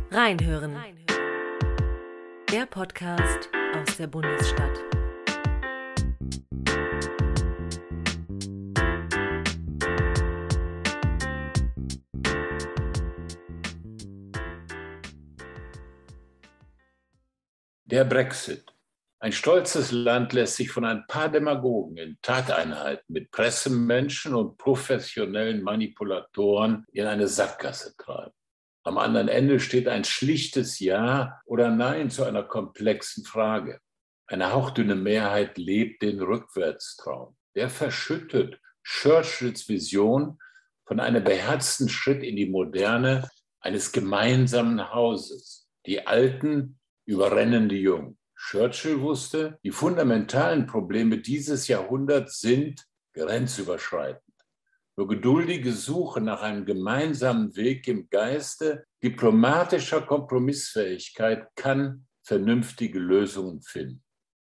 Reinhören. Der Podcast aus der Bundesstadt. Der Brexit. Ein stolzes Land lässt sich von ein paar Demagogen in Tateinheiten mit Pressemenschen und professionellen Manipulatoren in eine Sackgasse treiben. Am anderen Ende steht ein schlichtes Ja oder Nein zu einer komplexen Frage. Eine hauchdünne Mehrheit lebt den Rückwärtstraum. Der verschüttet Churchills Vision von einem beherzten Schritt in die Moderne eines gemeinsamen Hauses. Die Alten überrennen die Jungen. Churchill wusste, die fundamentalen Probleme dieses Jahrhunderts sind grenzüberschreitend. Nur geduldige Suche nach einem gemeinsamen Weg im Geiste diplomatischer Kompromissfähigkeit kann vernünftige Lösungen finden.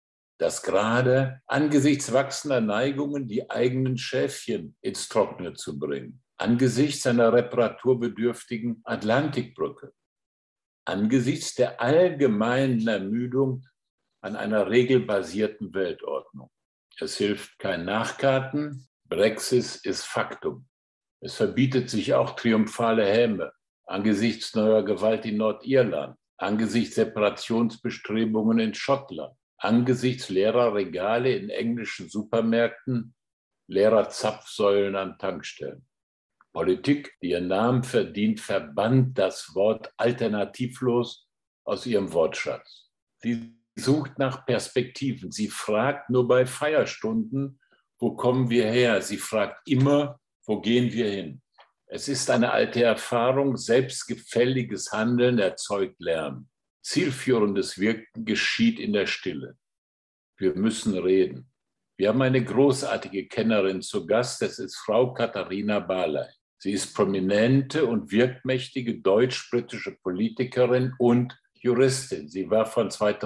Das gerade angesichts wachsender Neigungen, die eigenen Schäfchen ins Trockene zu bringen, angesichts einer reparaturbedürftigen Atlantikbrücke, angesichts der allgemeinen Ermüdung an einer regelbasierten Weltordnung. Es hilft kein Nachkarten. Brexit ist Faktum. Es verbietet sich auch triumphale Häme angesichts neuer Gewalt in Nordirland, angesichts Separationsbestrebungen in Schottland, angesichts leerer Regale in englischen Supermärkten, leerer Zapfsäulen an Tankstellen. Politik, die ihren Namen verdient, verbannt das Wort alternativlos aus ihrem Wortschatz. Sie sucht nach Perspektiven. Sie fragt nur bei Feierstunden, wo kommen wir her? Sie fragt immer, wo gehen wir hin? Es ist eine alte Erfahrung, selbstgefälliges Handeln erzeugt Lärm. Zielführendes Wirken geschieht in der Stille. Wir müssen reden. Wir haben eine großartige Kennerin zu Gast, das ist Frau Katharina Barley. Sie ist prominente und wirkmächtige deutsch-britische Politikerin und Juristin. Sie war von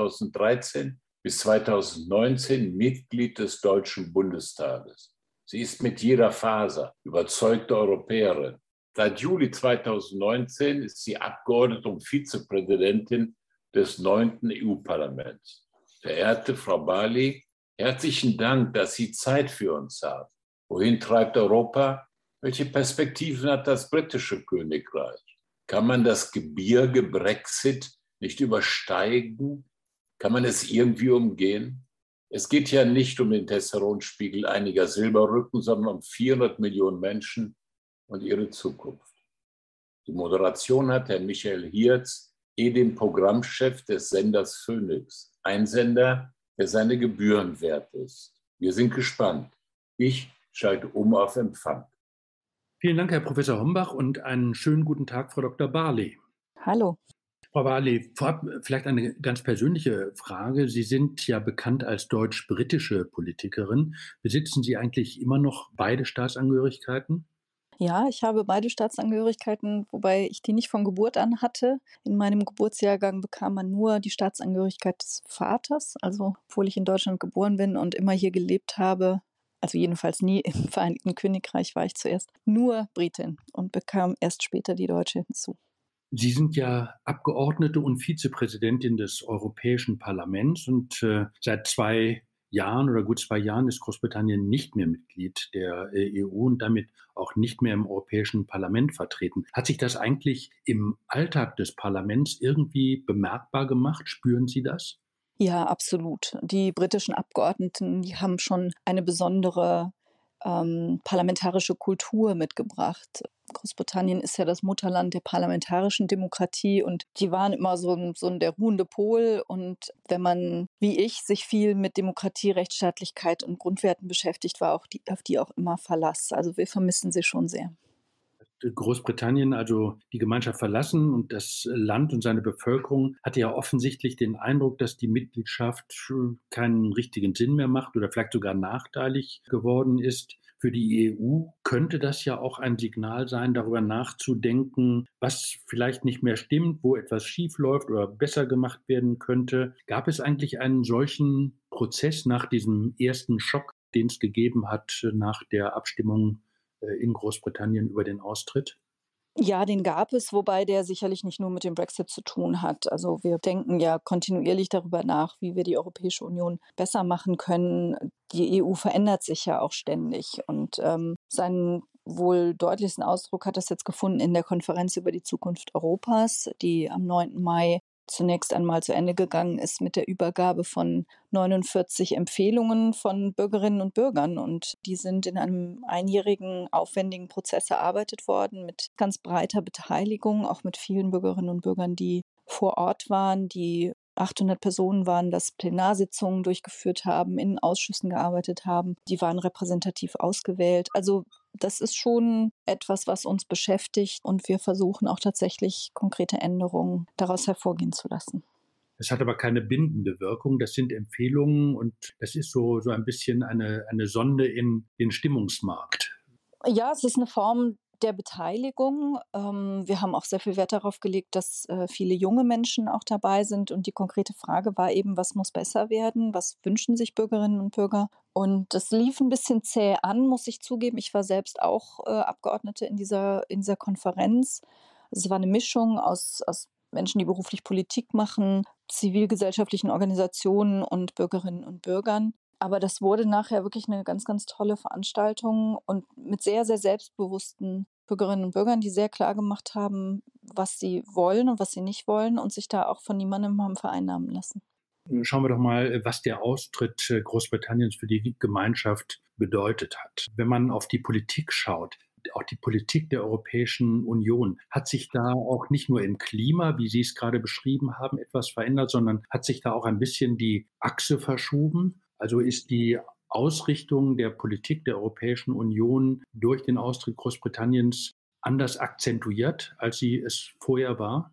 2013 bis 2019 Mitglied des Deutschen Bundestages. Sie ist mit jeder Faser überzeugte Europäerin. Seit Juli 2019 ist sie Abgeordnete und Vizepräsidentin des 9. EU-Parlaments. Verehrte Frau Barley, herzlichen Dank, dass Sie Zeit für uns haben. Wohin treibt Europa? Welche Perspektiven hat das britische Königreich? Kann man das Gebirge Brexit nicht übersteigen? Kann man es irgendwie umgehen? Es geht ja nicht um den Testosteronspiegel einiger Silberrücken, sondern um 400 Millionen Menschen und ihre Zukunft. Die Moderation hat Herr Michael Hirz, dem Programmchef des Senders Phoenix, ein Sender, der seine Gebühren wert ist. Wir sind gespannt. Ich schalte um auf Empfang. Vielen Dank, Herr Professor Hombach, und einen schönen guten Tag, Frau Dr. Barley. Hallo. Frau Barley, vorab vielleicht eine ganz persönliche Frage. Sie sind ja bekannt als deutsch-britische Politikerin. Besitzen Sie eigentlich immer noch beide Staatsangehörigkeiten? Ja, ich habe beide Staatsangehörigkeiten, wobei ich die nicht von Geburt an hatte. In meinem Geburtsjahrgang bekam man nur die Staatsangehörigkeit des Vaters. Also, obwohl ich in Deutschland geboren bin und immer hier gelebt habe, also jedenfalls nie im Vereinigten Königreich, war ich zuerst nur Britin und bekam erst später die deutsche hinzu. Sie sind ja Abgeordnete und Vizepräsidentin des Europäischen Parlaments und seit 2 Jahren oder gut 2 Jahren ist Großbritannien nicht mehr Mitglied der EU und damit auch nicht mehr im Europäischen Parlament vertreten. Hat sich das eigentlich im Alltag des Parlaments irgendwie bemerkbar gemacht? Spüren Sie das? Ja, absolut. Die britischen Abgeordneten, die haben schon eine besondere parlamentarische Kultur mitgebracht. Großbritannien ist ja das Mutterland der parlamentarischen Demokratie und die waren immer so der ruhende Pol. Und wenn man, wie ich, sich viel mit Demokratie, Rechtsstaatlichkeit und Grundwerten beschäftigt, war auch auf die auch immer Verlass. Also wir vermissen sie schon sehr. Großbritannien, also die Gemeinschaft verlassen und das Land und seine Bevölkerung hatte ja offensichtlich den Eindruck, dass die Mitgliedschaft keinen richtigen Sinn mehr macht oder vielleicht sogar nachteilig geworden ist. Für die EU könnte das ja auch ein Signal sein, darüber nachzudenken, was vielleicht nicht mehr stimmt, wo etwas schief läuft oder besser gemacht werden könnte. Gab es eigentlich einen solchen Prozess nach diesem ersten Schock, den es gegeben hat nach der Abstimmung in Großbritannien über den Austritt? Ja, den gab es, wobei der sicherlich nicht nur mit dem Brexit zu tun hat. Also wir denken ja kontinuierlich darüber nach, wie wir die Europäische Union besser machen können. Die EU verändert sich ja auch ständig und seinen wohl deutlichsten Ausdruck hat das jetzt gefunden in der Konferenz über die Zukunft Europas, die am 9. Mai zunächst einmal zu Ende gegangen ist mit der Übergabe von 49 Empfehlungen von Bürgerinnen und Bürgern. Und die sind in einem einjährigen, aufwendigen Prozess erarbeitet worden mit ganz breiter Beteiligung, auch mit vielen Bürgerinnen und Bürgern, die vor Ort waren, die 800 Personen waren, das Plenarsitzungen durchgeführt haben, in Ausschüssen gearbeitet haben. Die waren repräsentativ ausgewählt. Also das ist schon etwas, was uns beschäftigt und wir versuchen auch tatsächlich konkrete Änderungen daraus hervorgehen zu lassen. Es hat aber keine bindende Wirkung. Das sind Empfehlungen und das ist so ein bisschen eine Sonde in den Stimmungsmarkt. Ja, es ist eine Form der Beteiligung. Wir haben auch sehr viel Wert darauf gelegt, dass viele junge Menschen auch dabei sind. Und die konkrete Frage war eben, was muss besser werden? Was wünschen sich Bürgerinnen und Bürger? Und das lief ein bisschen zäh an, muss ich zugeben. Ich war selbst auch Abgeordnete in dieser Konferenz. Also es war eine Mischung aus Menschen, die beruflich Politik machen, zivilgesellschaftlichen Organisationen und Bürgerinnen und Bürgern. Aber das wurde nachher wirklich eine ganz, ganz tolle Veranstaltung und mit sehr, sehr selbstbewussten Bürgerinnen und Bürgern, die sehr klar gemacht haben, was sie wollen und was sie nicht wollen und sich da auch von niemandem haben vereinnahmen lassen. Schauen wir doch mal, was der Austritt Großbritanniens für die Gemeinschaft bedeutet hat. Wenn man auf die Politik schaut, auch die Politik der Europäischen Union, hat sich da auch nicht nur im Klima, wie Sie es gerade beschrieben haben, etwas verändert, sondern hat sich da auch ein bisschen die Achse verschoben? Also ist die Ausrichtung der Politik der Europäischen Union durch den Austritt Großbritanniens anders akzentuiert, als sie es vorher war?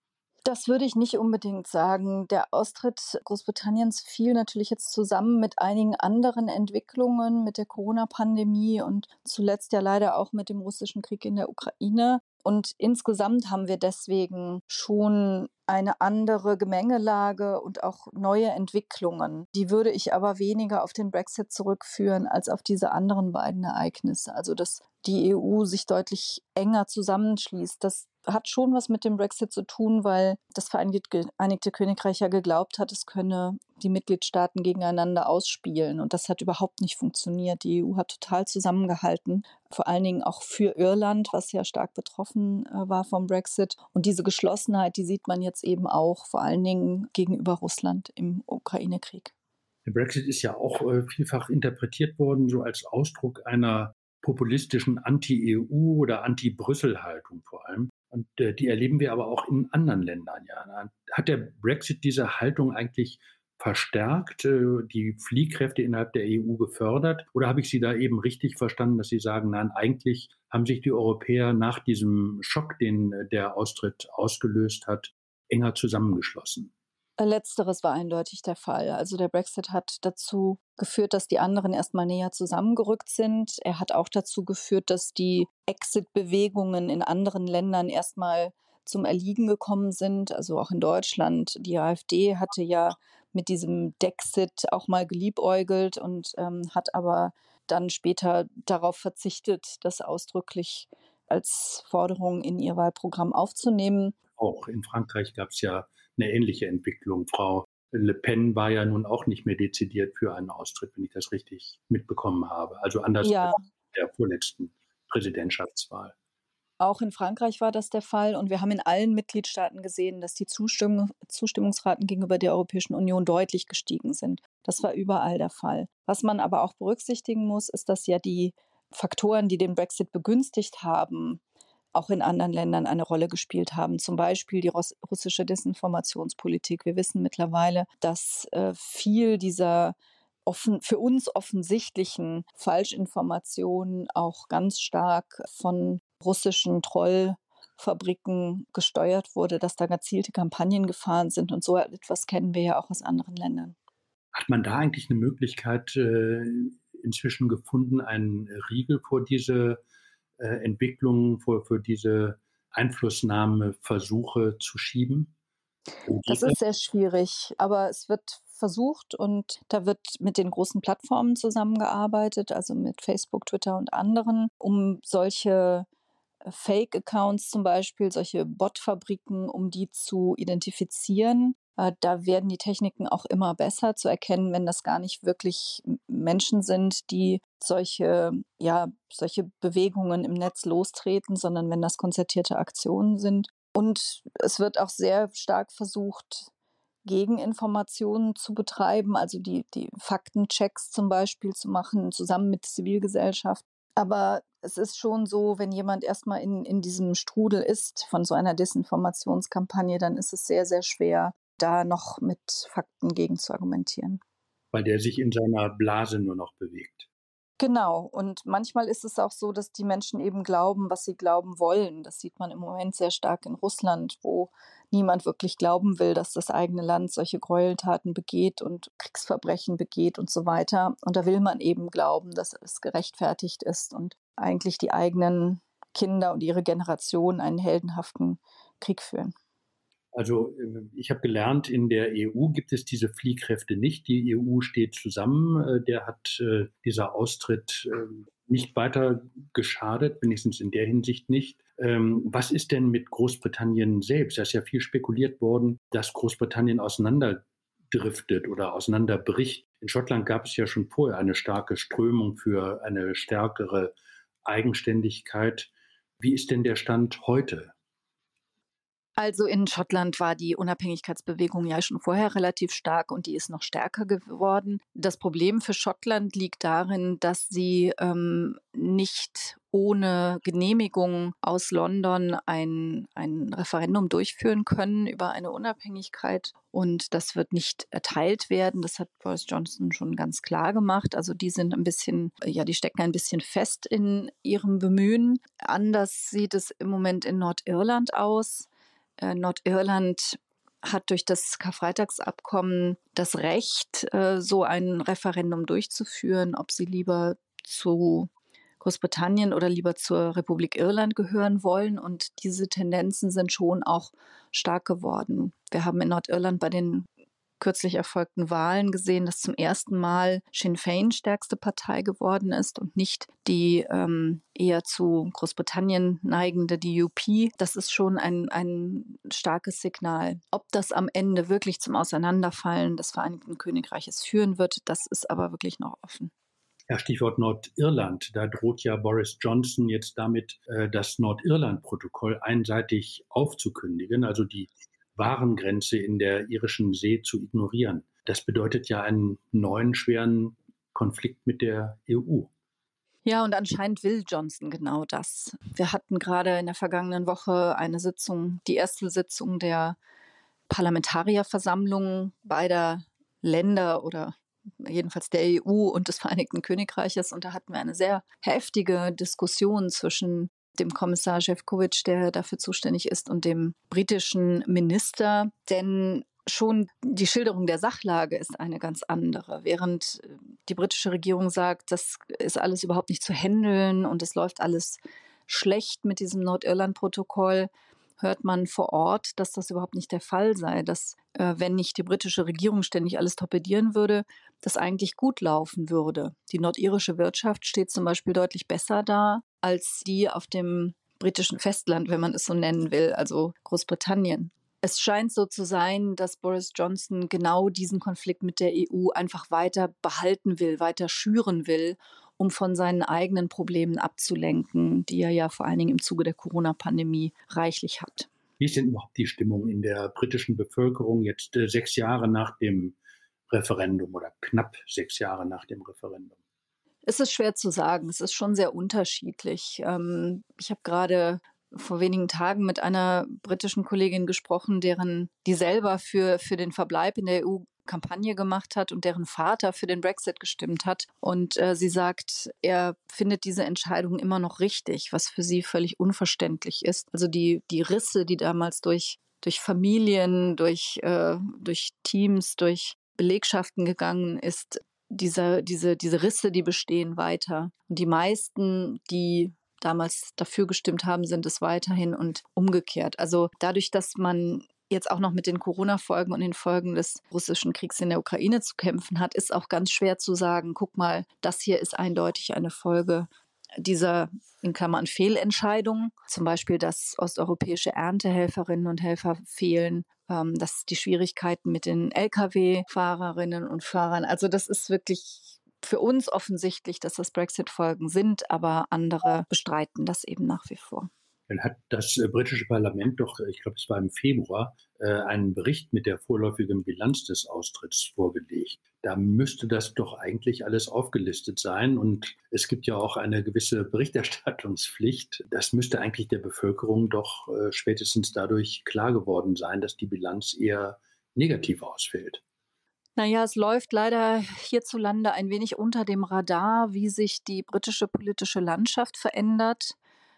Das würde ich nicht unbedingt sagen. Der Austritt Großbritanniens fiel natürlich jetzt zusammen mit einigen anderen Entwicklungen, mit der Corona-Pandemie und zuletzt ja leider auch mit dem russischen Krieg in der Ukraine. Und insgesamt haben wir deswegen schon eine andere Gemengelage und auch neue Entwicklungen. Die würde ich aber weniger auf den Brexit zurückführen als auf diese anderen beiden Ereignisse. Also dass die EU sich deutlich enger zusammenschließt. Das hat schon was mit dem Brexit zu tun, weil das Vereinigte Königreich ja geglaubt hat, es könne die Mitgliedstaaten gegeneinander ausspielen. Und das hat überhaupt nicht funktioniert. Die EU hat total zusammengehalten, vor allen Dingen auch für Irland, was ja stark betroffen war vom Brexit. Und diese Geschlossenheit, die sieht man jetzt eben auch vor allen Dingen gegenüber Russland im Ukraine-Krieg. Der Brexit ist ja auch vielfach interpretiert worden, so als Ausdruck einer populistischen Anti-EU- oder Anti-Brüssel-Haltung vor allem. Und die erleben wir aber auch in anderen Ländern. Ja. Hat der Brexit diese Haltung eigentlich verstärkt, die Fliehkräfte innerhalb der EU gefördert? Oder habe ich Sie da eben richtig verstanden, dass Sie sagen, nein, eigentlich haben sich die Europäer nach diesem Schock, den der Austritt ausgelöst hat, enger zusammengeschlossen? Letzteres war eindeutig der Fall. Also der Brexit hat dazu geführt, dass die anderen erstmal näher zusammengerückt sind. Er hat auch dazu geführt, dass die Exit-Bewegungen in anderen Ländern erstmal zum Erliegen gekommen sind. Also auch in Deutschland. Die AfD hatte ja mit diesem Dexit auch mal geliebäugelt und hat aber dann später darauf verzichtet, das ausdrücklich als Forderung in ihr Wahlprogramm aufzunehmen. Auch in Frankreich gab es ja eine ähnliche Entwicklung. Frau Le Pen war ja nun auch nicht mehr dezidiert für einen Austritt, wenn ich das richtig mitbekommen habe. Also anders als der vorletzten Präsidentschaftswahl. Auch in Frankreich war das der Fall. Und wir haben in allen Mitgliedstaaten gesehen, dass die Zustimmungsraten gegenüber der Europäischen Union deutlich gestiegen sind. Das war überall der Fall. Was man aber auch berücksichtigen muss, ist, dass ja die Faktoren, die den Brexit begünstigt haben, auch in anderen Ländern eine Rolle gespielt haben. Zum Beispiel die russische Desinformationspolitik. Wir wissen mittlerweile, dass viel dieser für uns offensichtlichen Falschinformationen auch ganz stark von russischen Trollfabriken gesteuert wurde, dass da gezielte Kampagnen gefahren sind. Und so etwas kennen wir ja auch aus anderen Ländern. Hat man da eigentlich eine Möglichkeit inzwischen gefunden, einen Riegel vor diese Entwicklungen, für diese Einflussnahmeversuche zu schieben? Das ist sehr schwierig, aber es wird versucht und da wird mit den großen Plattformen zusammengearbeitet, also mit Facebook, Twitter und anderen, um solche Fake-Accounts zum Beispiel, solche Bot-Fabriken, um die zu identifizieren. Da werden die Techniken auch immer besser zu erkennen, wenn das gar nicht wirklich Menschen sind, die solche Bewegungen im Netz lostreten, sondern wenn das konzertierte Aktionen sind. Und es wird auch sehr stark versucht, Gegeninformationen zu betreiben, also die Faktenchecks zum Beispiel zu machen, zusammen mit Zivilgesellschaft. Aber es ist schon so, wenn jemand erstmal in diesem Strudel ist von so einer Desinformationskampagne, dann ist es sehr, sehr schwer, da noch mit Fakten gegen zu argumentieren. Weil der sich in seiner Blase nur noch bewegt. Genau. Und manchmal ist es auch so, dass die Menschen eben glauben, was sie glauben wollen. Das sieht man im Moment sehr stark in Russland, wo niemand wirklich glauben will, dass das eigene Land solche Gräueltaten begeht und Kriegsverbrechen begeht und so weiter. Und da will man eben glauben, dass es gerechtfertigt ist und eigentlich die eigenen Kinder und ihre Generation einen heldenhaften Krieg führen. Also ich habe gelernt, in der EU gibt es diese Fliehkräfte nicht. Die EU steht zusammen. Der hat dieser Austritt nicht weiter geschadet, wenigstens in der Hinsicht nicht. Was ist denn mit Großbritannien selbst? Da ist ja viel spekuliert worden, dass Großbritannien auseinanderdriftet oder auseinanderbricht. In Schottland gab es ja schon vorher eine starke Strömung für eine stärkere Eigenständigkeit. Wie ist denn der Stand heute? Also in Schottland war die Unabhängigkeitsbewegung ja schon vorher relativ stark und die ist noch stärker geworden. Das Problem für Schottland liegt darin, dass sie nicht ohne Genehmigung aus London ein Referendum durchführen können über eine Unabhängigkeit. Und das wird nicht erteilt werden. Das hat Boris Johnson schon ganz klar gemacht. Also die sind die stecken ein bisschen fest in ihrem Bemühen. Anders sieht es im Moment in Nordirland aus. Nordirland hat durch das Karfreitagsabkommen das Recht, so ein Referendum durchzuführen, ob sie lieber zu Großbritannien oder lieber zur Republik Irland gehören wollen. Und diese Tendenzen sind schon auch stark geworden. Wir haben in Nordirland bei den kürzlich erfolgten Wahlen gesehen, dass zum ersten Mal Sinn Féin stärkste Partei geworden ist und nicht die eher zu Großbritannien neigende DUP. Das ist schon ein starkes Signal. Ob das am Ende wirklich zum Auseinanderfallen des Vereinigten Königreiches führen wird, das ist aber wirklich noch offen. Ja, Stichwort Nordirland. Da droht ja Boris Johnson jetzt damit, das Nordirland-Protokoll einseitig aufzukündigen, also die Warengrenze in der irischen See zu ignorieren. Das bedeutet ja einen neuen schweren Konflikt mit der EU. Ja, und anscheinend will Johnson genau das. Wir hatten gerade in der vergangenen Woche eine Sitzung, die erste Sitzung der Parlamentarierversammlung beider Länder oder jedenfalls der EU und des Vereinigten Königreiches. Und da hatten wir eine sehr heftige Diskussion zwischen dem Kommissar Šefčovič, der dafür zuständig ist, und dem britischen Minister. Denn schon die Schilderung der Sachlage ist eine ganz andere. Während die britische Regierung sagt, das ist alles überhaupt nicht zu handeln und es läuft alles schlecht mit diesem Nordirland-Protokoll, hört man vor Ort, dass das überhaupt nicht der Fall sei, dass wenn nicht die britische Regierung ständig alles torpedieren würde, das eigentlich gut laufen würde. Die nordirische Wirtschaft steht zum Beispiel deutlich besser da als die auf dem britischen Festland, wenn man es so nennen will, also Großbritannien. Es scheint so zu sein, dass Boris Johnson genau diesen Konflikt mit der EU einfach weiter behalten will, weiter schüren will, um von seinen eigenen Problemen abzulenken, die er ja vor allen Dingen im Zuge der Corona-Pandemie reichlich hat. Wie ist denn überhaupt die Stimmung in der britischen Bevölkerung jetzt 6 Jahre nach dem Referendum oder knapp 6 Jahre nach dem Referendum? Es ist schwer zu sagen. Es ist schon sehr unterschiedlich. Ich habe gerade vor wenigen Tagen mit einer britischen Kollegin gesprochen, die selber für den Verbleib in der EU Kampagne gemacht hat und deren Vater für den Brexit gestimmt hat. Und sie sagt, er findet diese Entscheidung immer noch richtig, was für sie völlig unverständlich ist. Also die Risse, die damals durch Familien, durch Teams, durch Belegschaften gegangen ist, diese Risse, die bestehen weiter. Und die meisten, die damals dafür gestimmt haben, sind es weiterhin und umgekehrt. Also dadurch, dass man jetzt auch noch mit den Corona-Folgen und den Folgen des russischen Kriegs in der Ukraine zu kämpfen hat, ist auch ganz schwer zu sagen, guck mal, das hier ist eindeutig eine Folge dieser, in Klammern, Fehlentscheidungen, zum Beispiel, dass osteuropäische Erntehelferinnen und Helfer fehlen, dass die Schwierigkeiten mit den Lkw-Fahrerinnen und Fahrern, also das ist wirklich für uns offensichtlich, dass das Brexit-Folgen sind, aber andere bestreiten das eben nach wie vor. Dann hat das britische Parlament doch, ich glaube, es war im Februar, einen Bericht mit der vorläufigen Bilanz des Austritts vorgelegt. Da müsste das doch eigentlich alles aufgelistet sein. Und es gibt ja auch eine gewisse Berichterstattungspflicht. Das müsste eigentlich der Bevölkerung doch spätestens dadurch klar geworden sein, dass die Bilanz eher negativ ausfällt. Naja, es läuft leider hierzulande ein wenig unter dem Radar, wie sich die britische politische Landschaft verändert.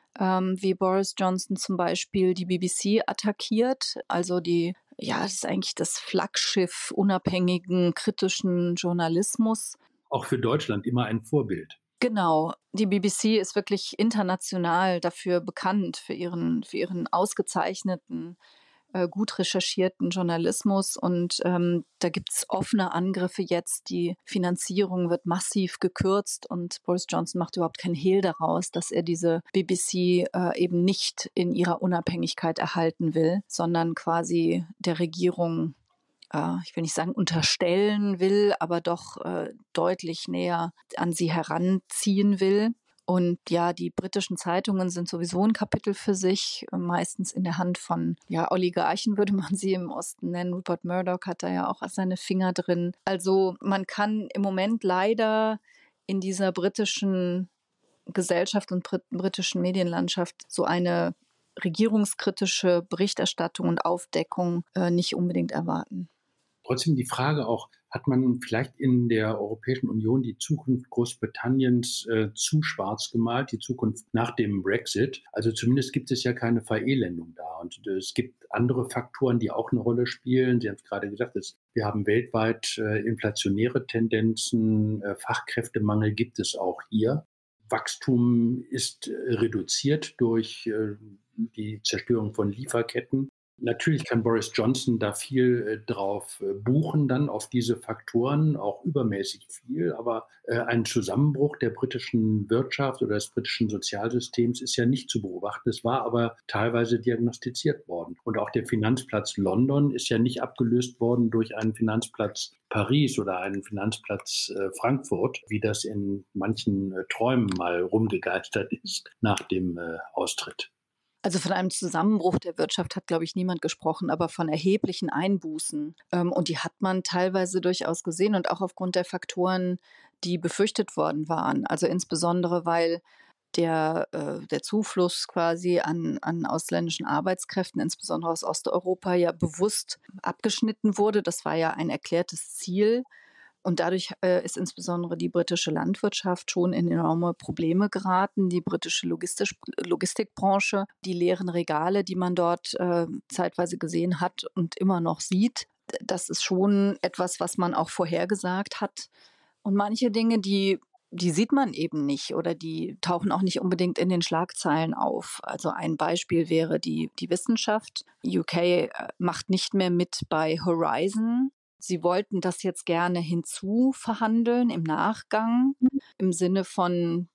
Wie Boris Johnson zum Beispiel die BBC attackiert, also das ist eigentlich das Flaggschiff unabhängigen, kritischen Journalismus. Auch für Deutschland immer ein Vorbild. Genau, die BBC ist wirklich international dafür bekannt, für ihren ausgezeichneten, gut recherchierten Journalismus. Und da gibt es offene Angriffe jetzt. Die Finanzierung wird massiv gekürzt und Boris Johnson macht überhaupt keinen Hehl daraus, dass er diese BBC eben nicht in ihrer Unabhängigkeit erhalten will, sondern quasi der Regierung, ich will nicht sagen unterstellen will, aber doch deutlich näher an sie heranziehen will. Und ja, die britischen Zeitungen sind sowieso ein Kapitel für sich, meistens in der Hand von Oligarchen, würde man sie im Osten nennen. Rupert Murdoch hat da ja auch seine Finger drin. Also man kann im Moment leider in dieser britischen Gesellschaft und britischen Medienlandschaft so eine regierungskritische Berichterstattung und Aufdeckung nicht unbedingt erwarten. Trotzdem die Frage auch, hat man vielleicht in der Europäischen Union die Zukunft Großbritanniens zu schwarz gemalt, die Zukunft nach dem Brexit? Also zumindest gibt es ja keine Verelendung da. Und es gibt andere Faktoren, die auch eine Rolle spielen. Sie haben es gerade gesagt, wir haben weltweit inflationäre Tendenzen, Fachkräftemangel gibt es auch hier. Wachstum ist reduziert durch die Zerstörung von Lieferketten. Natürlich kann Boris Johnson da viel drauf buchen, dann auf diese Faktoren, auch übermäßig viel. Aber ein Zusammenbruch der britischen Wirtschaft oder des britischen Sozialsystems ist ja nicht zu beobachten. Es war aber teilweise diagnostiziert worden. Und auch der Finanzplatz London ist ja nicht abgelöst worden durch einen Finanzplatz Paris oder einen Finanzplatz Frankfurt, wie das in manchen Träumen mal rumgegeistert ist nach dem Austritt. Also von einem Zusammenbruch der Wirtschaft hat, glaube ich, niemand gesprochen, aber von erheblichen Einbußen. Und die hat man teilweise durchaus gesehen und auch aufgrund der Faktoren, die befürchtet worden waren. Also insbesondere, weil der Zufluss quasi an ausländischen Arbeitskräften, insbesondere aus Osteuropa, ja bewusst abgeschnitten wurde. Das war ja ein erklärtes Ziel. Und dadurch ist insbesondere die britische Landwirtschaft schon in enorme Probleme geraten. Die britische Logistikbranche, die leeren Regale, die man dort zeitweise gesehen hat und immer noch sieht, das ist schon etwas, was man auch vorhergesagt hat. Und manche Dinge, die sieht man eben nicht oder die tauchen auch nicht unbedingt in den Schlagzeilen auf. Also ein Beispiel wäre die Wissenschaft. UK macht nicht mehr mit bei Horizon. Sie wollten das jetzt gerne hinzuverhandeln im Nachgang, im Sinne von,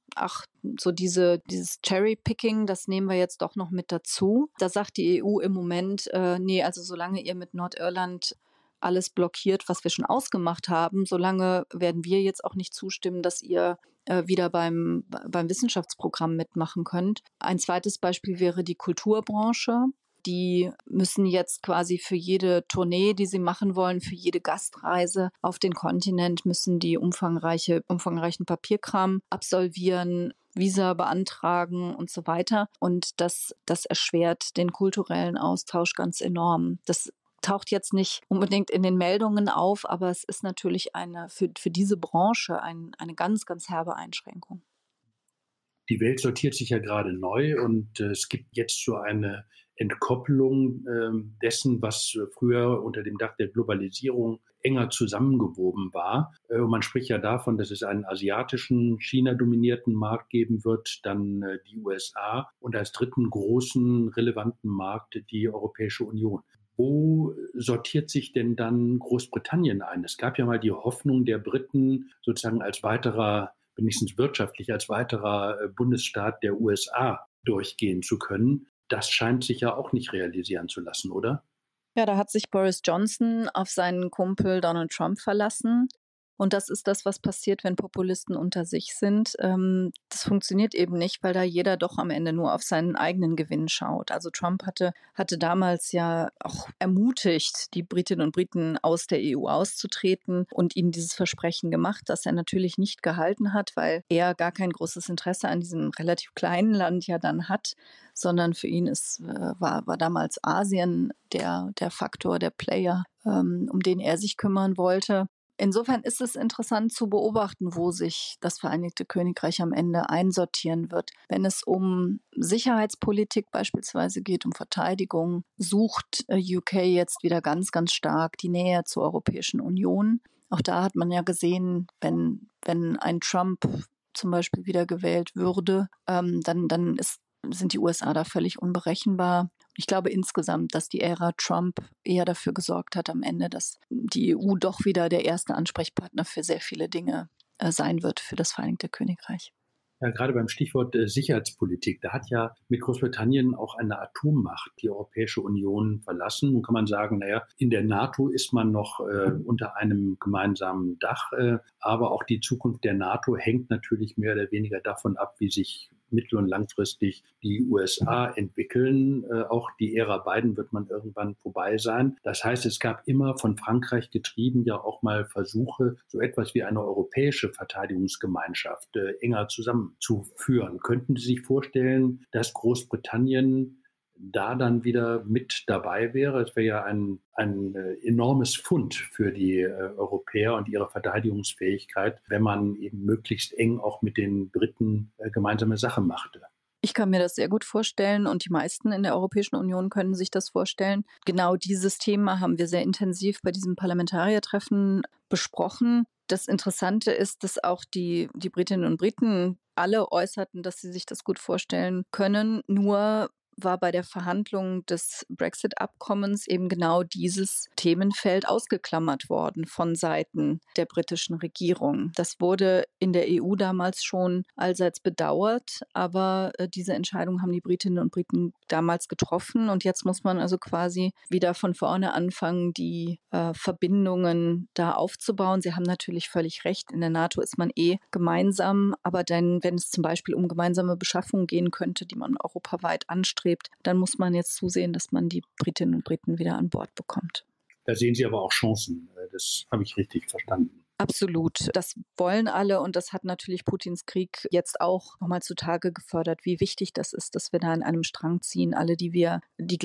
dieses Cherry-Picking, das nehmen wir jetzt doch noch mit dazu. Da sagt die EU im Moment, nee, also solange ihr mit Nordirland alles blockiert, was wir schon ausgemacht haben, solange werden wir jetzt auch nicht zustimmen, dass ihr wieder beim Wissenschaftsprogramm mitmachen könnt. Ein zweites Beispiel wäre die Kulturbranche. Die müssen jetzt quasi für jede Tournee, die sie machen wollen, für jede Gastreise auf den Kontinent, müssen die umfangreichen Papierkram absolvieren, Visa beantragen und so weiter. Und das erschwert den kulturellen Austausch ganz enorm. Das taucht jetzt nicht unbedingt in den Meldungen auf, aber es ist natürlich für diese Branche eine ganz, ganz herbe Einschränkung. Die Welt sortiert sich ja gerade neu und es gibt jetzt so eine Entkopplung dessen, was früher unter dem Dach der Globalisierung enger zusammengewoben war. Und man spricht ja davon, dass es einen asiatischen, China-dominierten Markt geben wird, dann die USA und als dritten großen, relevanten Markt die Europäische Union. Wo sortiert sich denn dann Großbritannien ein? Es gab ja mal die Hoffnung der Briten, sozusagen als weiterer wenigstens wirtschaftlich als weiterer Bundesstaat der USA durchgehen zu können. Das scheint sich ja auch nicht realisieren zu lassen, oder? Ja, da hat sich Boris Johnson auf seinen Kumpel Donald Trump verlassen. Und das ist das, was passiert, wenn Populisten unter sich sind. Das funktioniert eben nicht, weil da jeder doch am Ende nur auf seinen eigenen Gewinn schaut. Also Trump hatte damals ja auch ermutigt, die Britinnen und Briten aus der EU auszutreten und ihnen dieses Versprechen gemacht, das er natürlich nicht gehalten hat, weil er gar kein großes Interesse an diesem relativ kleinen Land ja dann hat, sondern für ihn war damals Asien der Faktor, der Player, um den er sich kümmern wollte. Insofern ist es interessant zu beobachten, wo sich das Vereinigte Königreich am Ende einsortieren wird. Wenn es um Sicherheitspolitik beispielsweise geht, um Verteidigung, sucht UK jetzt wieder ganz, ganz stark die Nähe zur Europäischen Union. Auch da hat man ja gesehen, wenn ein Trump zum Beispiel wieder gewählt würde, dann sind die USA da völlig unberechenbar. Ich glaube insgesamt, dass die Ära Trump eher dafür gesorgt hat am Ende, dass die EU doch wieder der erste Ansprechpartner für sehr viele Dinge sein wird für das Vereinigte Königreich. Ja, gerade beim Stichwort Sicherheitspolitik, da hat ja mit Großbritannien auch eine Atommacht die Europäische Union verlassen. Nun kann man sagen, naja, in der NATO ist man noch unter einem gemeinsamen Dach, aber auch die Zukunft der NATO hängt natürlich mehr oder weniger davon ab, wie sich mittel- und langfristig die USA entwickeln. Auch die Ära Biden wird man irgendwann vorbei sein. Das heißt, es gab immer von Frankreich getrieben ja auch mal Versuche, so etwas wie eine europäische Verteidigungsgemeinschaft enger zusammenzuführen. Könnten Sie sich vorstellen, dass Großbritannien da dann wieder mit dabei wäre? Es wäre ja ein enormes Fund für die Europäer und ihre Verteidigungsfähigkeit, wenn man eben möglichst eng auch mit den Briten gemeinsame Sache machte. Ich kann mir das sehr gut vorstellen und die meisten in der Europäischen Union können sich das vorstellen. Genau dieses Thema haben wir sehr intensiv bei diesem Parlamentariertreffen besprochen. Das Interessante ist, dass auch die Britinnen und Briten alle äußerten, dass sie sich das gut vorstellen können. Nur war bei der Verhandlung des Brexit-Abkommens eben genau dieses Themenfeld ausgeklammert worden von Seiten der britischen Regierung. Das wurde in der EU damals schon allseits bedauert, aber diese Entscheidung haben die Britinnen und Briten damals getroffen und jetzt muss man also quasi wieder von vorne anfangen, die Verbindungen da aufzubauen. Sie haben natürlich völlig recht, in der NATO ist man gemeinsam, aber dann, wenn es zum Beispiel um gemeinsame Beschaffung gehen könnte, die man europaweit anstrebt, dann muss man jetzt zusehen, dass man die Britinnen und Briten wieder an Bord bekommt. Da sehen Sie aber auch Chancen. Das habe ich richtig verstanden. Absolut. Das wollen alle und das hat natürlich Putins Krieg jetzt auch nochmal zutage gefördert, wie wichtig das ist, dass wir da an einem Strang ziehen, alle, die wir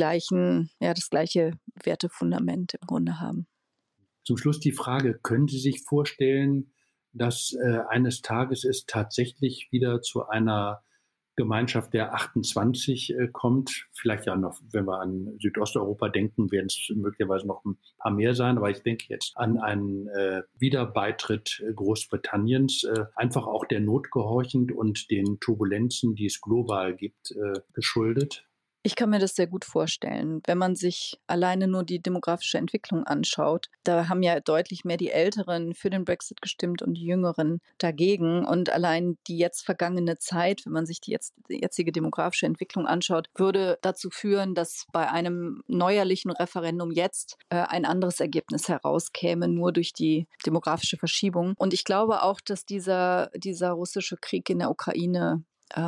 das gleiche Wertefundament im Grunde haben. Zum Schluss die Frage, können Sie sich vorstellen, dass eines Tages es tatsächlich wieder zu einer Gemeinschaft der 28 kommt, vielleicht ja noch, wenn wir an Südosteuropa denken, werden es möglicherweise noch ein paar mehr sein, aber ich denke jetzt an einen Wiederbeitritt Großbritanniens, einfach auch der Not gehorchend und den Turbulenzen, die es global gibt, geschuldet. Ich kann mir das sehr gut vorstellen, wenn man sich alleine nur die demografische Entwicklung anschaut. Da haben ja deutlich mehr die Älteren für den Brexit gestimmt und die Jüngeren dagegen. Und allein die jetzt vergangene Zeit, wenn man sich die jetzige demografische Entwicklung anschaut, würde dazu führen, dass bei einem neuerlichen Referendum jetzt ein anderes Ergebnis herauskäme, nur durch die demografische Verschiebung. Und ich glaube auch, dass dieser russische Krieg in der Ukraine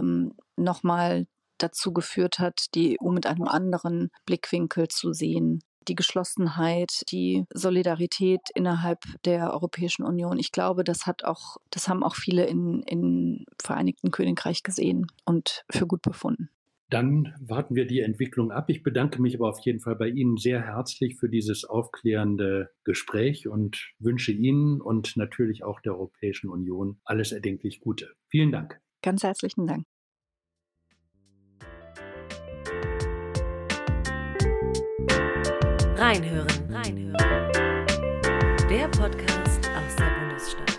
nochmal dazu geführt hat, die EU mit einem anderen Blickwinkel zu sehen. Die Geschlossenheit, die Solidarität innerhalb der Europäischen Union. Ich glaube, das haben auch viele im Vereinigten Königreich gesehen und für gut befunden. Dann warten wir die Entwicklung ab. Ich bedanke mich aber auf jeden Fall bei Ihnen sehr herzlich für dieses aufklärende Gespräch und wünsche Ihnen und natürlich auch der Europäischen Union alles erdenklich Gute. Vielen Dank. Ganz herzlichen Dank. Reinhören. Der Podcast aus der Bundesstadt.